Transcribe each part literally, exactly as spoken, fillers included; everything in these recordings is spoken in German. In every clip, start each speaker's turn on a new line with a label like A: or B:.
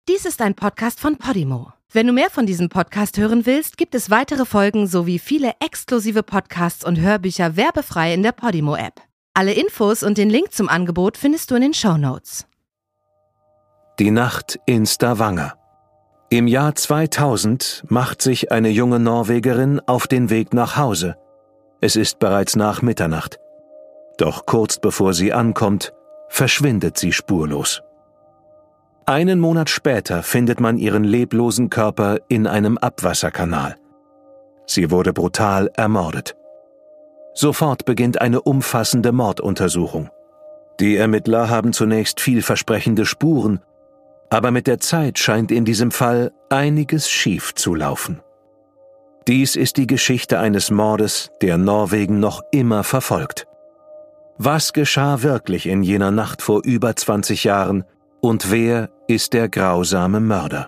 A: Dies ist ein Podcast von Podimo. Wenn du mehr von diesem Podcast hören willst, gibt es weitere Folgen sowie viele exklusive Podcasts und Hörbücher werbefrei in der Podimo-App. Alle Infos und den Link zum Angebot findest du in den Shownotes.
B: Die Nacht in Stavanger. Im Jahr zweitausend macht sich eine junge Norwegerin auf den Weg nach Hause. Es ist bereits nach Mitternacht. Doch kurz bevor sie ankommt, verschwindet sie spurlos. Einen Monat später findet man ihren leblosen Körper in einem Abwasserkanal. Sie wurde brutal ermordet. Sofort beginnt eine umfassende Morduntersuchung. Die Ermittler haben zunächst vielversprechende Spuren, aber mit der Zeit scheint in diesem Fall einiges schief zu laufen. Dies ist die Geschichte eines Mordes, der Norwegen noch immer verfolgt. Was geschah wirklich in jener Nacht vor über zwanzig Jahren und wer ist der grausame Mörder?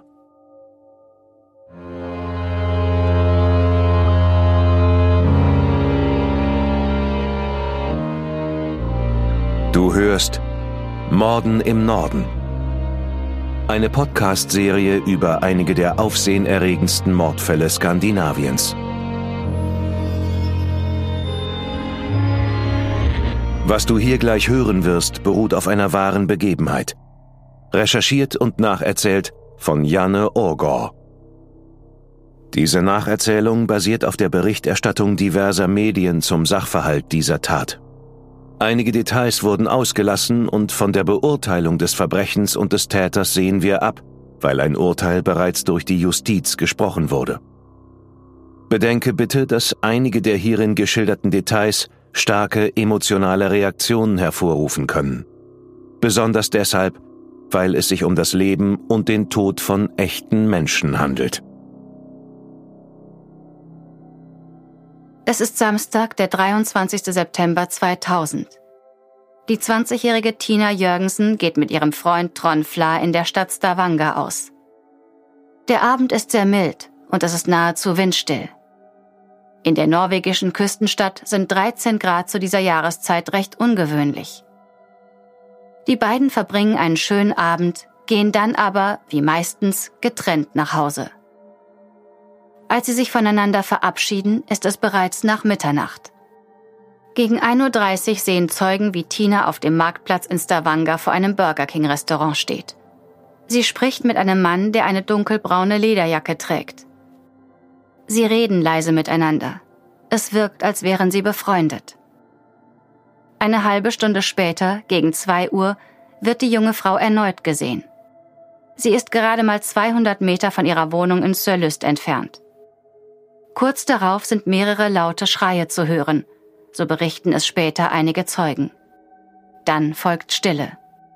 B: Du hörst Morden im Norden. Eine Podcast-Serie über einige der aufsehenerregendsten Mordfälle Skandinaviens. Was du hier gleich hören wirst, beruht auf einer wahren Begebenheit. Recherchiert und nacherzählt von Janne Aagaard. Diese Nacherzählung basiert auf der Berichterstattung diverser Medien zum Sachverhalt dieser Tat. Einige Details wurden ausgelassen und von der Beurteilung des Verbrechens und des Täters sehen wir ab, weil ein Urteil bereits durch die Justiz gesprochen wurde. Bedenke bitte, dass einige der hierin geschilderten Details starke emotionale Reaktionen hervorrufen können. Besonders deshalb, weil es sich um das Leben und den Tod von echten Menschen handelt.
C: Es ist Samstag, der dreiundzwanzigster September zweitausend. Die zwanzigjährige Tina Jørgensen geht mit ihrem Freund Trond Fla in der Stadt Stavanger aus. Der Abend ist sehr mild und es ist nahezu windstill. In der norwegischen Küstenstadt sind dreizehn Grad zu dieser Jahreszeit recht ungewöhnlich. Die beiden verbringen einen schönen Abend, gehen dann aber, wie meistens, getrennt nach Hause. Als sie sich voneinander verabschieden, ist es bereits nach Mitternacht. Gegen ein Uhr dreißig sehen Zeugen, wie Tina auf dem Marktplatz in Stavanger vor einem Burger King-Restaurant steht. Sie spricht mit einem Mann, der eine dunkelbraune Lederjacke trägt. Sie reden leise miteinander. Es wirkt, als wären sie befreundet. Eine halbe Stunde später, gegen zwei Uhr, wird die junge Frau erneut gesehen. Sie ist gerade mal zweihundert Meter von ihrer Wohnung in Sørlyst entfernt. Kurz darauf sind mehrere laute Schreie zu hören, so berichten es später einige Zeugen. Dann folgt Stille.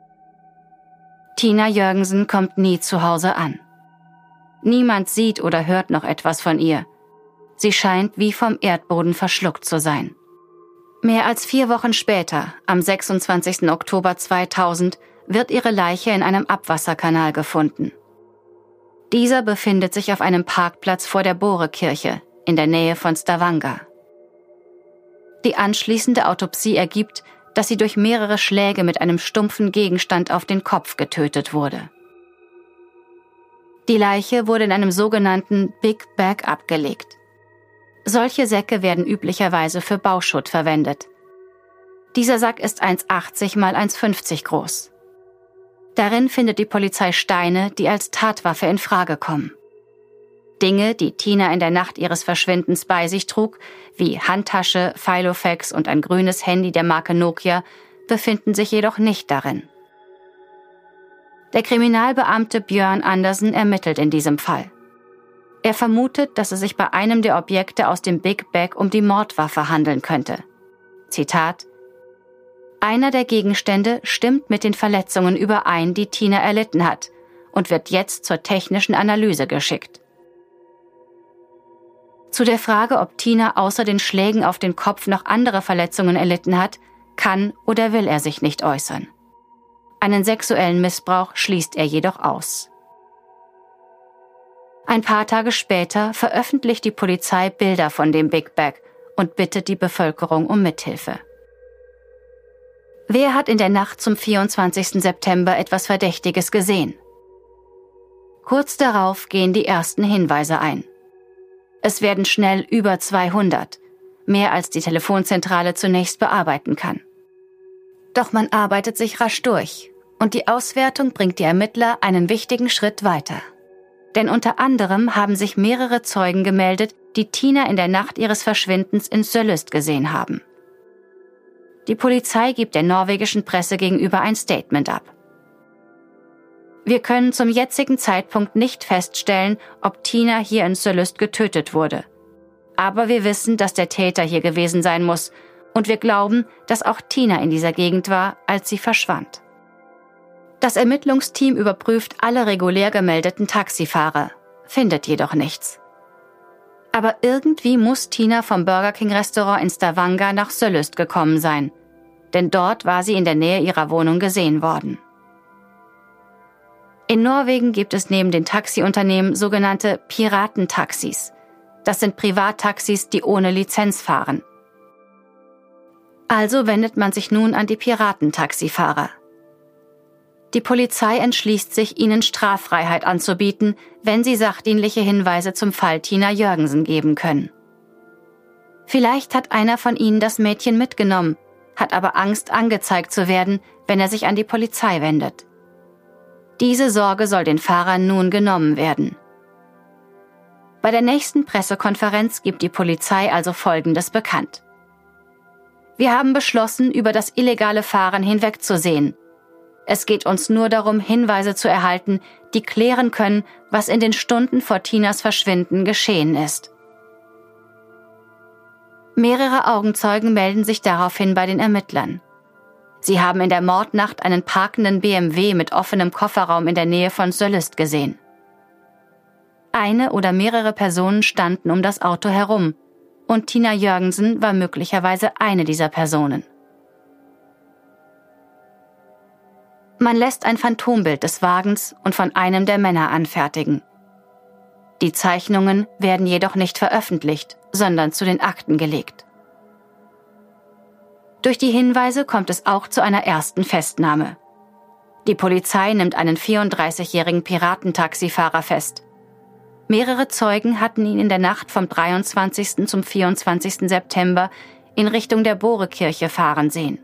C: Tina Jørgensen kommt nie zu Hause an. Niemand sieht oder hört noch etwas von ihr. Sie scheint wie vom Erdboden verschluckt zu sein. Mehr als vier Wochen später, am sechsundzwanzigster Oktober zweitausend, wird ihre Leiche in einem Abwasserkanal gefunden. Dieser befindet sich auf einem Parkplatz vor der Borekirche, in der Nähe von Stavanger. Die anschließende Autopsie ergibt, dass sie durch mehrere Schläge mit einem stumpfen Gegenstand auf den Kopf getötet wurde. Die Leiche wurde in einem sogenannten Big Bag abgelegt. Solche Säcke werden üblicherweise für Bauschutt verwendet. Dieser Sack ist eins Komma achtzig mal eins Komma fünfzig groß. Darin findet die Polizei Steine, die als Tatwaffe in Frage kommen. Dinge, die Tina in der Nacht ihres Verschwindens bei sich trug, wie Handtasche, Filofax und ein grünes Handy der Marke Nokia, befinden sich jedoch nicht darin. Der Kriminalbeamte Björn Andersen ermittelt in diesem Fall. Er vermutet, dass es sich bei einem der Objekte aus dem Big Bag um die Mordwaffe handeln könnte. Zitat: Einer der Gegenstände stimmt mit den Verletzungen überein, die Tina erlitten hat, und wird jetzt zur technischen Analyse geschickt. Zu der Frage, ob Tina außer den Schlägen auf den Kopf noch andere Verletzungen erlitten hat, kann oder will er sich nicht äußern. Einen sexuellen Missbrauch schließt er jedoch aus. Ein paar Tage später veröffentlicht die Polizei Bilder von dem Big Bag und bittet die Bevölkerung um Mithilfe. Wer hat in der Nacht zum vierundzwanzigsten September etwas Verdächtiges gesehen? Kurz darauf gehen die ersten Hinweise ein. Es werden schnell über zweihundert, mehr als die Telefonzentrale zunächst bearbeiten kann. Doch man arbeitet sich rasch durch und die Auswertung bringt die Ermittler einen wichtigen Schritt weiter. Denn unter anderem haben sich mehrere Zeugen gemeldet, die Tina in der Nacht ihres Verschwindens in Sølyst gesehen haben. Die Polizei gibt der norwegischen Presse gegenüber ein Statement ab. Wir können zum jetzigen Zeitpunkt nicht feststellen, ob Tina hier in Sølyst getötet wurde. Aber wir wissen, dass der Täter hier gewesen sein muss und wir glauben, dass auch Tina in dieser Gegend war, als sie verschwand. Das Ermittlungsteam überprüft alle regulär gemeldeten Taxifahrer, findet jedoch nichts. Aber irgendwie muss Tina vom Burger King Restaurant in Stavanger nach Sølyst gekommen sein, denn dort war sie in der Nähe ihrer Wohnung gesehen worden. In Norwegen gibt es neben den Taxiunternehmen sogenannte Piratentaxis. Das sind Privattaxis, die ohne Lizenz fahren. Also wendet man sich nun an die Piratentaxifahrer. Die Polizei entschließt sich, ihnen Straffreiheit anzubieten, wenn sie sachdienliche Hinweise zum Fall Tina Jørgensen geben können. Vielleicht hat einer von ihnen das Mädchen mitgenommen, hat aber Angst, angezeigt zu werden, wenn er sich an die Polizei wendet. Diese Sorge soll den Fahrern nun genommen werden. Bei der nächsten Pressekonferenz gibt die Polizei also Folgendes bekannt. Wir haben beschlossen, über das illegale Fahren hinwegzusehen. Es geht uns nur darum, Hinweise zu erhalten, die klären können, was in den Stunden vor Tinas Verschwinden geschehen ist. Mehrere Augenzeugen melden sich daraufhin bei den Ermittlern. Sie haben in der Mordnacht einen parkenden B M W mit offenem Kofferraum in der Nähe von Sølyst gesehen. Eine oder mehrere Personen standen um das Auto herum und Tina Jørgensen war möglicherweise eine dieser Personen. Man lässt ein Phantombild des Wagens und von einem der Männer anfertigen. Die Zeichnungen werden jedoch nicht veröffentlicht, sondern zu den Akten gelegt. Durch die Hinweise kommt es auch zu einer ersten Festnahme. Die Polizei nimmt einen vierunddreißigjährigen Piratentaxifahrer fest. Mehrere Zeugen hatten ihn in der Nacht vom dreiundzwanzigsten zum vierundzwanzigsten September in Richtung der Borekirche fahren sehen.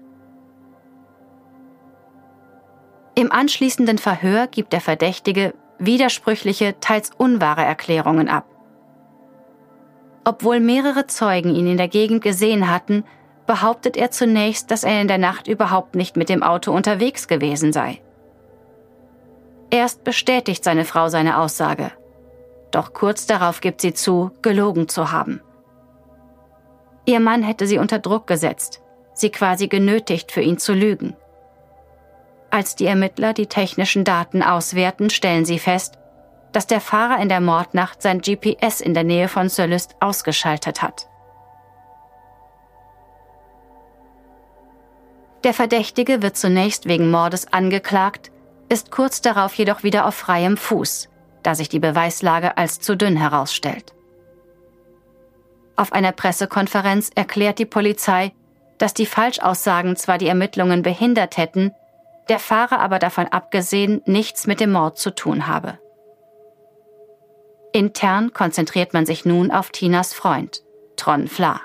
C: Im anschließenden Verhör gibt der Verdächtige widersprüchliche, teils unwahre Erklärungen ab. Obwohl mehrere Zeugen ihn in der Gegend gesehen hatten, behauptet er zunächst, dass er in der Nacht überhaupt nicht mit dem Auto unterwegs gewesen sei. Erst bestätigt seine Frau seine Aussage. Doch kurz darauf gibt sie zu, gelogen zu haben. Ihr Mann hätte sie unter Druck gesetzt, sie quasi genötigt, für ihn zu lügen. Als die Ermittler die technischen Daten auswerten, stellen sie fest, dass der Fahrer in der Mordnacht sein G P S in der Nähe von Sølyst ausgeschaltet hat. Der Verdächtige wird zunächst wegen Mordes angeklagt, ist kurz darauf jedoch wieder auf freiem Fuß, da sich die Beweislage als zu dünn herausstellt. Auf einer Pressekonferenz erklärt die Polizei, dass die Falschaussagen zwar die Ermittlungen behindert hätten, der Fahrer aber davon abgesehen nichts mit dem Mord zu tun habe. Intern konzentriert man sich nun auf Tinas Freund, Trond Fla.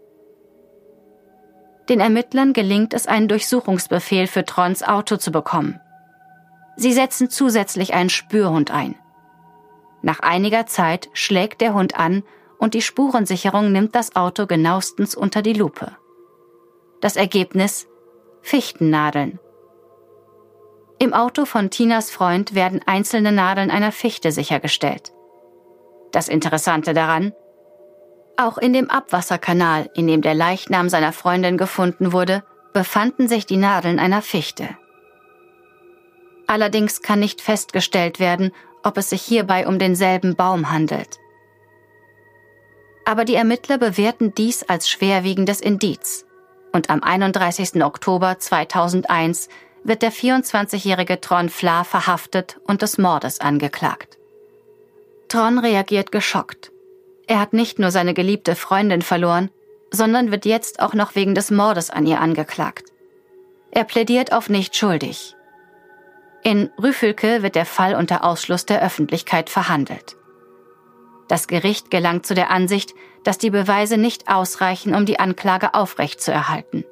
C: Den Ermittlern gelingt es, einen Durchsuchungsbefehl für Tronds Auto zu bekommen. Sie setzen zusätzlich einen Spürhund ein. Nach einiger Zeit schlägt der Hund an und die Spurensicherung nimmt das Auto genauestens unter die Lupe. Das Ergebnis: Fichtennadeln. Im Auto von Tinas Freund werden einzelne Nadeln einer Fichte sichergestellt. Das Interessante daran: Auch in dem Abwasserkanal, in dem der Leichnam seiner Freundin gefunden wurde, befanden sich die Nadeln einer Fichte. Allerdings kann nicht festgestellt werden, ob es sich hierbei um denselben Baum handelt. Aber die Ermittler bewerten dies als schwerwiegendes Indiz und am einunddreißigsten Oktober zweitausendeins wird der vierundzwanzigjährige Trond Fla verhaftet und des Mordes angeklagt. Trond reagiert geschockt. Er hat nicht nur seine geliebte Freundin verloren, sondern wird jetzt auch noch wegen des Mordes an ihr angeklagt. Er plädiert auf nicht schuldig. In Ryfylke wird der Fall unter Ausschluss der Öffentlichkeit verhandelt. Das Gericht gelangt zu der Ansicht, dass die Beweise nicht ausreichen, um die Anklage aufrechtzuerhalten.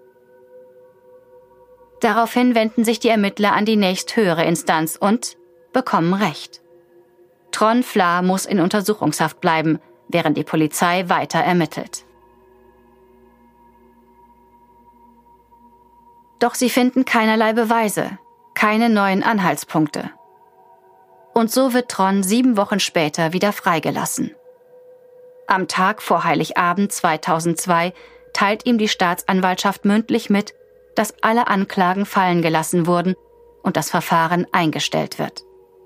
C: Daraufhin wenden sich die Ermittler an die nächsthöhere Instanz und bekommen Recht. Trond Fla muss in Untersuchungshaft bleiben, während die Polizei weiter ermittelt. Doch sie finden keinerlei Beweise, keine neuen Anhaltspunkte. Und so wird Trond sieben Wochen später wieder freigelassen. Am Tag vor Heiligabend zweitausendzwei teilt ihm die Staatsanwaltschaft mündlich mit, dass alle Anklagen fallen gelassen wurden und das Verfahren eingestellt wird.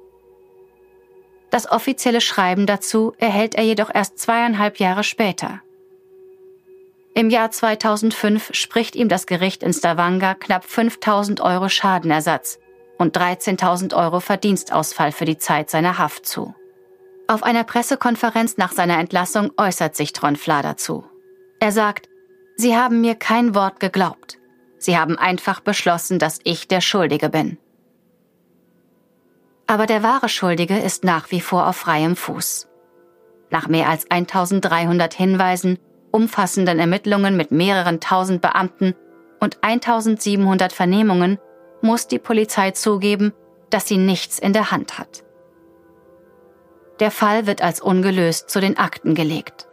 C: Das offizielle Schreiben dazu erhält er jedoch erst zweieinhalb Jahre später. Im Jahr zweitausendfünf spricht ihm das Gericht in Stavanger knapp fünftausend Euro Schadenersatz und dreizehntausend Euro Verdienstausfall für die Zeit seiner Haft zu. Auf einer Pressekonferenz nach seiner Entlassung äußert sich Trond Fla dazu. Er sagt, Sie haben mir kein Wort geglaubt. Sie haben einfach beschlossen, dass ich der Schuldige bin. Aber der wahre Schuldige ist nach wie vor auf freiem Fuß. Nach mehr als eintausenddreihundert Hinweisen, umfassenden Ermittlungen mit mehreren tausend Beamten und eintausendsiebenhundert Vernehmungen muss die Polizei zugeben, dass sie nichts in der Hand hat. Der Fall wird als ungelöst zu den Akten gelegt.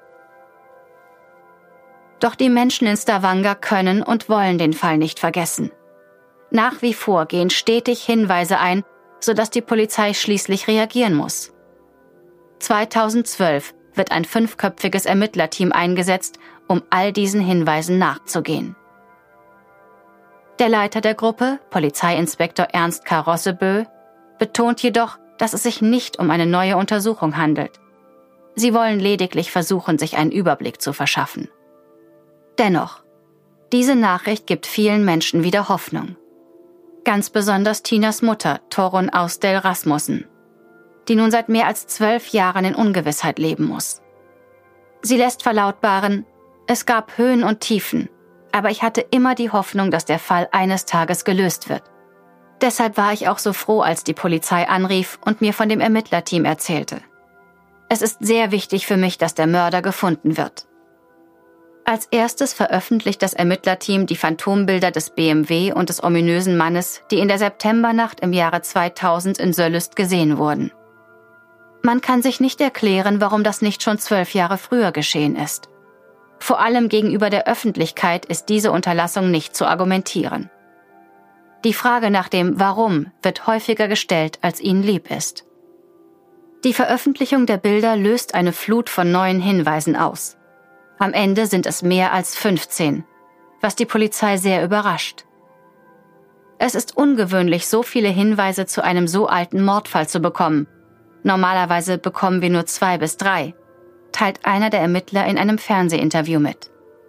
C: Doch die Menschen in Stavanger können und wollen den Fall nicht vergessen. Nach wie vor gehen stetig Hinweise ein, sodass die Polizei schließlich reagieren muss. zweitausendzwölf wird ein fünfköpfiges Ermittlerteam eingesetzt, um all diesen Hinweisen nachzugehen. Der Leiter der Gruppe, Polizeiinspektor Ernst K. Rossebø, betont jedoch, dass es sich nicht um eine neue Untersuchung handelt. Sie wollen lediglich versuchen, sich einen Überblick zu verschaffen. Dennoch, diese Nachricht gibt vielen Menschen wieder Hoffnung. Ganz besonders Tinas Mutter, Torunn Austdal Rasmussen, die nun seit mehr als zwölf Jahren in Ungewissheit leben muss. Sie lässt verlautbaren, es gab Höhen und Tiefen, aber ich hatte immer die Hoffnung, dass der Fall eines Tages gelöst wird. Deshalb war ich auch so froh, als die Polizei anrief und mir von dem Ermittlerteam erzählte. Es ist sehr wichtig für mich, dass der Mörder gefunden wird. Als erstes veröffentlicht das Ermittlerteam die Phantombilder des B M W und des ominösen Mannes, die in der Septembernacht im Jahre zweitausend in Söllüst gesehen wurden. Man kann sich nicht erklären, warum das nicht schon zwölf Jahre früher geschehen ist. Vor allem gegenüber der Öffentlichkeit ist diese Unterlassung nicht zu argumentieren. Die Frage nach dem Warum wird häufiger gestellt, als ihnen lieb ist. Die Veröffentlichung der Bilder löst eine Flut von neuen Hinweisen aus. Am Ende sind es mehr als fünfzehn, was die Polizei sehr überrascht. Es ist ungewöhnlich, so viele Hinweise zu einem so alten Mordfall zu bekommen. Normalerweise bekommen wir nur zwei bis drei, teilt einer der Ermittler in einem Fernsehinterview mit.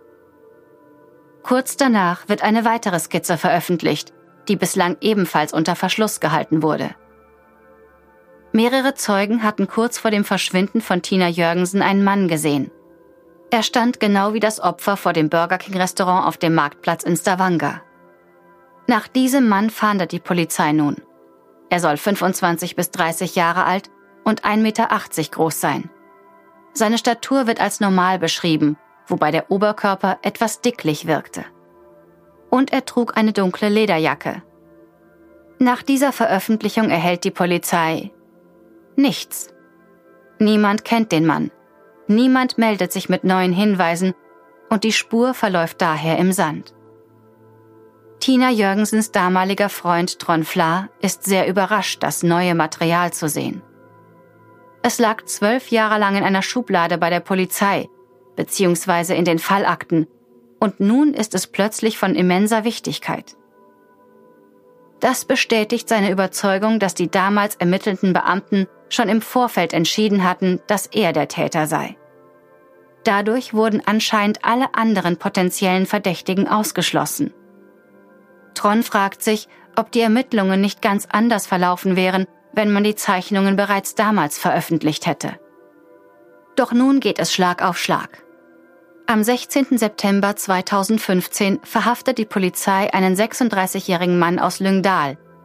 C: Kurz danach wird eine weitere Skizze veröffentlicht, die bislang ebenfalls unter Verschluss gehalten wurde. Mehrere Zeugen hatten kurz vor dem Verschwinden von Tina Jørgensen einen Mann gesehen. Er stand genau wie das Opfer vor dem Burger King-Restaurant auf dem Marktplatz in Stavanger. Nach diesem Mann fahndet die Polizei nun. Er soll fünfundzwanzig bis dreißig Jahre alt und ein Meter achtzig groß sein. Seine Statur wird als normal beschrieben, wobei der Oberkörper etwas dicklich wirkte. Und er trug eine dunkle Lederjacke. Nach dieser Veröffentlichung erhält die Polizei nichts. Niemand kennt den Mann. Niemand meldet sich mit neuen Hinweisen und die Spur verläuft daher im Sand. Tina Jørgensens damaliger Freund Trond Fla ist sehr überrascht, das neue Material zu sehen. Es lag zwölf Jahre lang in einer Schublade bei der Polizei, beziehungsweise in den Fallakten, und nun ist es plötzlich von immenser Wichtigkeit. Das bestätigt seine Überzeugung, dass die damals ermittelnden Beamten schon im Vorfeld entschieden hatten, dass er der Täter sei. Dadurch wurden anscheinend alle anderen potenziellen Verdächtigen ausgeschlossen. Trond fragt sich, ob die Ermittlungen nicht ganz anders verlaufen wären, wenn man die Zeichnungen bereits damals veröffentlicht hätte. Doch nun geht es Schlag auf Schlag. Am sechzehnten September zweitausendfünfzehn verhaftet die Polizei einen sechsunddreißigjährigen Mann aus Lyngdal,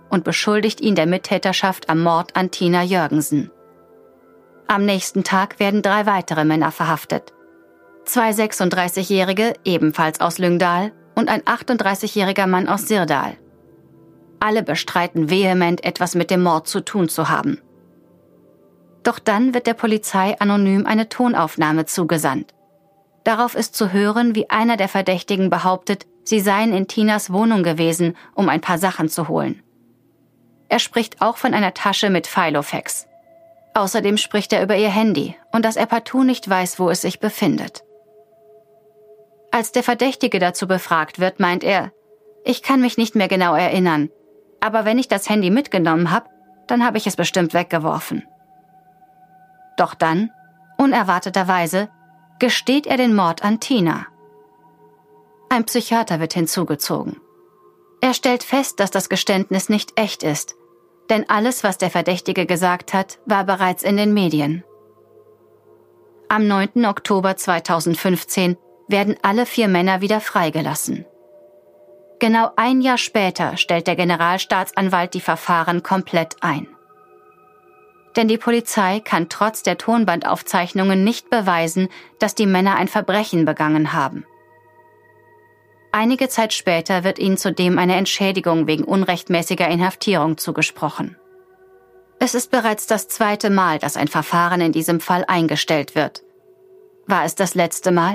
C: und beschuldigt ihn der Mittäterschaft am Mord an Tina Jørgensen. Am nächsten Tag werden drei weitere Männer verhaftet. Zwei sechsunddreißigjährige, ebenfalls aus Lyngdal, und ein achtunddreißigjähriger Mann aus Sirdal. Alle bestreiten vehement, etwas mit dem Mord zu tun zu haben. Doch dann wird der Polizei anonym eine Tonaufnahme zugesandt. Darauf ist zu hören, wie einer der Verdächtigen behauptet, sie seien in Tinas Wohnung gewesen, um ein paar Sachen zu holen. Er spricht auch von einer Tasche mit Filofax. Außerdem spricht er über ihr Handy und dass er partout nicht weiß, wo es sich befindet. Als der Verdächtige dazu befragt wird, meint er, ich kann mich nicht mehr genau erinnern, aber wenn ich das Handy mitgenommen habe, dann habe ich es bestimmt weggeworfen. Doch dann, unerwarteterweise, gesteht er den Mord an Tina. Ein Psychiater wird hinzugezogen. Er stellt fest, dass das Geständnis nicht echt ist, denn alles, was der Verdächtige gesagt hat, war bereits in den Medien. Am neunten Oktober zweitausendfünfzehn werden alle vier Männer wieder freigelassen. Genau ein Jahr später stellt der Generalstaatsanwalt die Verfahren komplett ein. Denn die Polizei kann trotz der Tonbandaufzeichnungen nicht beweisen, dass die Männer ein Verbrechen begangen haben. Einige Zeit später wird ihnen zudem eine Entschädigung wegen unrechtmäßiger Inhaftierung zugesprochen. Es ist bereits das zweite Mal, dass ein Verfahren in diesem Fall eingestellt wird. War es das letzte Mal?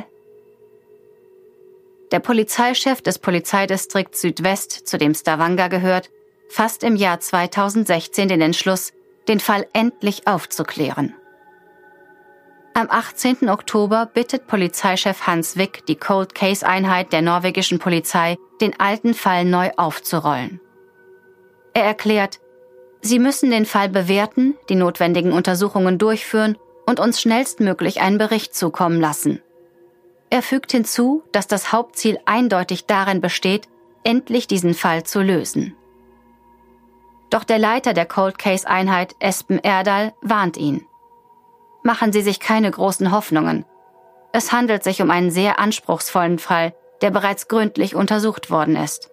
C: Der Polizeichef des Polizeidistrikts Südwest, zu dem Stavanger gehört, fasst im Jahr zweitausendsechzehn den Entschluss, den Fall endlich aufzuklären. Am achtzehnten Oktober bittet Polizeichef Hans Wick die Cold Case Einheit der norwegischen Polizei, den alten Fall neu aufzurollen. Er erklärt, sie müssen den Fall bewerten, die notwendigen Untersuchungen durchführen und uns schnellstmöglich einen Bericht zukommen lassen. Er fügt hinzu, dass das Hauptziel eindeutig darin besteht, endlich diesen Fall zu lösen. Doch der Leiter der Cold Case Einheit, Espen Erdal, warnt ihn. Machen Sie sich keine großen Hoffnungen. Es handelt sich um einen sehr anspruchsvollen Fall, der bereits gründlich untersucht worden ist.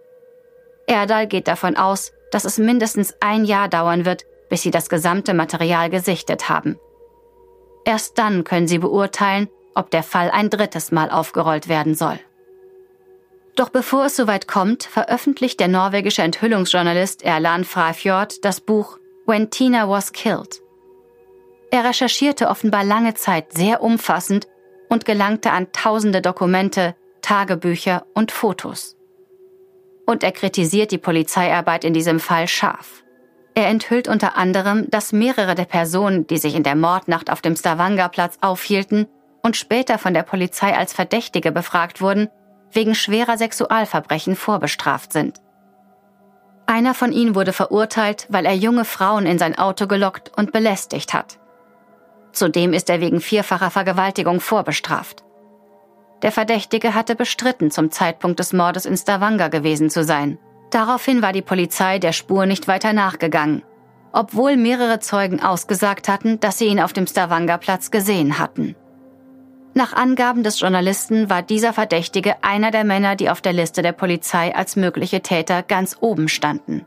C: Erdal geht davon aus, dass es mindestens ein Jahr dauern wird, bis Sie das gesamte Material gesichtet haben. Erst dann können Sie beurteilen, ob der Fall ein drittes Mal aufgerollt werden soll. Doch bevor es soweit kommt, veröffentlicht der norwegische Enthüllungsjournalist Erland Frafjord das Buch When Tina Was Killed. Er recherchierte offenbar lange Zeit sehr umfassend und gelangte an tausende Dokumente, Tagebücher und Fotos. Und er kritisiert die Polizeiarbeit in diesem Fall scharf. Er enthüllt unter anderem, dass mehrere der Personen, die sich in der Mordnacht auf dem Stavangerplatz aufhielten und später von der Polizei als Verdächtige befragt wurden, wegen schwerer Sexualverbrechen vorbestraft sind. Einer von ihnen wurde verurteilt, weil er junge Frauen in sein Auto gelockt und belästigt hat. Zudem ist er wegen vierfacher Vergewaltigung vorbestraft. Der Verdächtige hatte bestritten, zum Zeitpunkt des Mordes in Stavanger gewesen zu sein. Daraufhin war die Polizei der Spur nicht weiter nachgegangen, obwohl mehrere Zeugen ausgesagt hatten, dass sie ihn auf dem Stavangerplatz gesehen hatten. Nach Angaben des Journalisten war dieser Verdächtige einer der Männer, die auf der Liste der Polizei als mögliche Täter ganz oben standen.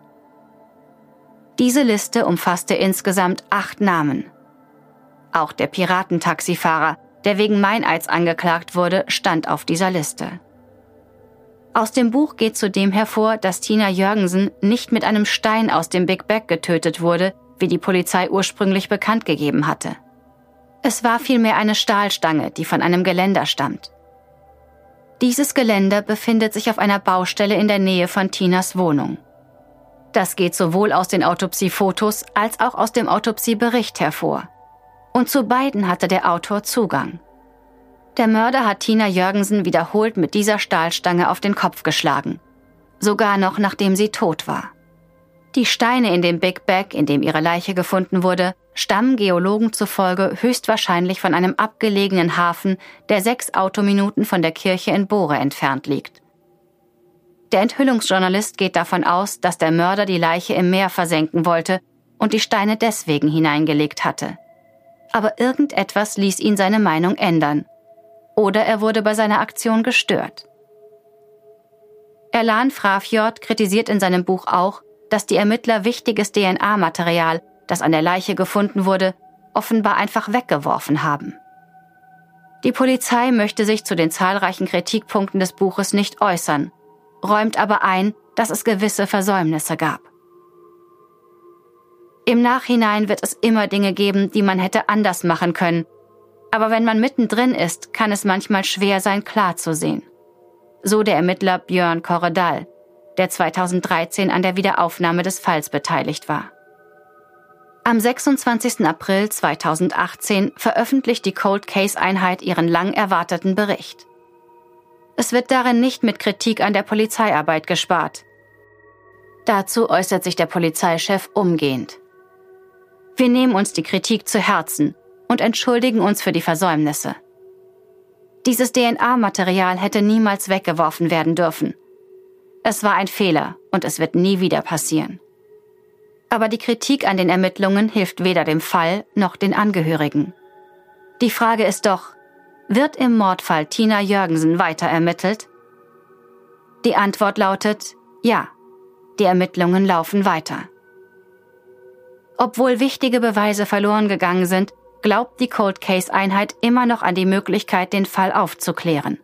C: Diese Liste umfasste insgesamt acht Namen. Auch der Piratentaxifahrer, der wegen Meineids angeklagt wurde, stand auf dieser Liste. Aus dem Buch geht zudem hervor, dass Tina Jørgensen nicht mit einem Stein aus dem Big Bag getötet wurde, wie die Polizei ursprünglich bekannt gegeben hatte. Es war vielmehr eine Stahlstange, die von einem Geländer stammt. Dieses Geländer befindet sich auf einer Baustelle in der Nähe von Tinas Wohnung. Das geht sowohl aus den Autopsiefotos als auch aus dem Autopsiebericht hervor. Und zu beiden hatte der Autor Zugang. Der Mörder hat Tina Jørgensen wiederholt mit dieser Stahlstange auf den Kopf geschlagen. Sogar noch nachdem sie tot war. Die Steine in dem Big Bag, in dem ihre Leiche gefunden wurde, stammen Geologen zufolge höchstwahrscheinlich von einem abgelegenen Hafen, der sechs Autominuten von der Kirche in Bore entfernt liegt. Der Enthüllungsjournalist geht davon aus, dass der Mörder die Leiche im Meer versenken wollte und die Steine deswegen hineingelegt hatte. Aber irgendetwas ließ ihn seine Meinung ändern. Oder er wurde bei seiner Aktion gestört. Erland Frafjord kritisiert in seinem Buch auch, dass die Ermittler wichtiges D N A-Material, das an der Leiche gefunden wurde, offenbar einfach weggeworfen haben. Die Polizei möchte sich zu den zahlreichen Kritikpunkten des Buches nicht äußern, räumt aber ein, dass es gewisse Versäumnisse gab. Im Nachhinein wird es immer Dinge geben, die man hätte anders machen können, aber wenn man mittendrin ist, kann es manchmal schwer sein, klar zu sehen. So der Ermittler Björn Korredal, der zweitausenddreizehn an der Wiederaufnahme des Falls beteiligt war. Am sechsundzwanzigsten April zweitausendachtzehn veröffentlicht die Cold Case Einheit ihren lang erwarteten Bericht. Es wird darin nicht mit Kritik an der Polizeiarbeit gespart. Dazu äußert sich der Polizeichef umgehend. Wir nehmen uns die Kritik zu Herzen und entschuldigen uns für die Versäumnisse. Dieses D N A-Material hätte niemals weggeworfen werden dürfen. Es war ein Fehler und es wird nie wieder passieren. Aber die Kritik an den Ermittlungen hilft weder dem Fall noch den Angehörigen. Die Frage ist doch, wird im Mordfall Tina Jørgensen weiter ermittelt? Die Antwort lautet, ja, die Ermittlungen laufen weiter. Obwohl wichtige Beweise verloren gegangen sind, glaubt die Cold Case Einheit immer noch an die Möglichkeit, den Fall aufzuklären.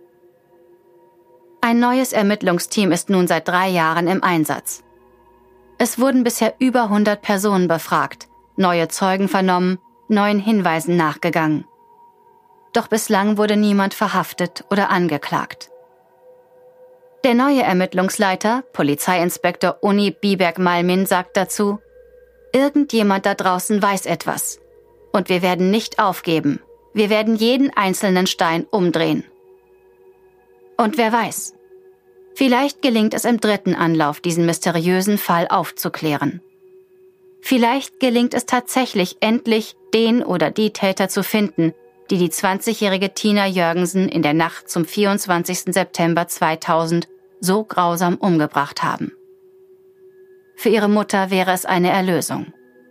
C: Ein neues Ermittlungsteam ist nun seit drei Jahren im Einsatz. Es wurden bisher über hundert Personen befragt, neue Zeugen vernommen, neuen Hinweisen nachgegangen. Doch bislang wurde niemand verhaftet oder angeklagt. Der neue Ermittlungsleiter, Polizeiinspektor Uni Biberg-Malmin, sagt dazu, irgendjemand da draußen weiß etwas. Und wir werden nicht aufgeben. Wir werden jeden einzelnen Stein umdrehen. Und wer weiß, vielleicht gelingt es im dritten Anlauf, diesen mysteriösen Fall aufzuklären. Vielleicht gelingt es tatsächlich endlich, den oder die Täter zu finden, die die zwanzigjährige Tina Jørgensen in der Nacht zum vierundzwanzigsten September zweitausend so grausam umgebracht haben. Für ihre Mutter wäre es eine Erlösung.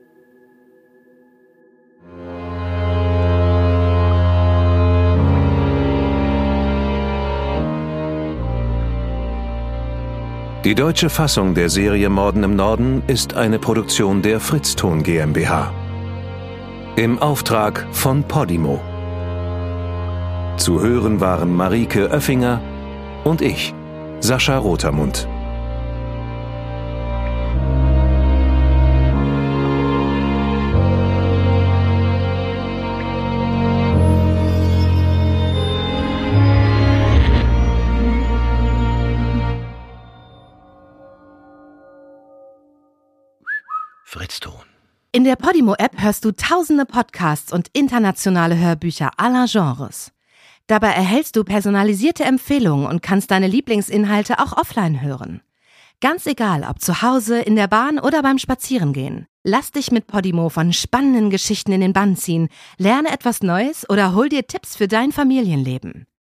B: Die deutsche Fassung der Serie Morden im Norden ist eine Produktion der Fritz-Ton GmbH. Im Auftrag von Podimo. Zu hören waren Marieke Oeffinger und ich, Sascha Rotermund.
D: Fritz-Ton.
A: In der Podimo-App hörst du tausende Podcasts und internationale Hörbücher aller Genres. Dabei erhältst du personalisierte Empfehlungen und kannst deine Lieblingsinhalte auch offline hören. Ganz egal, ob zu Hause, in der Bahn oder beim Spazierengehen. Lass dich mit Podimo von spannenden Geschichten in den Bann ziehen, lerne etwas Neues oder hol dir Tipps für dein Familienleben.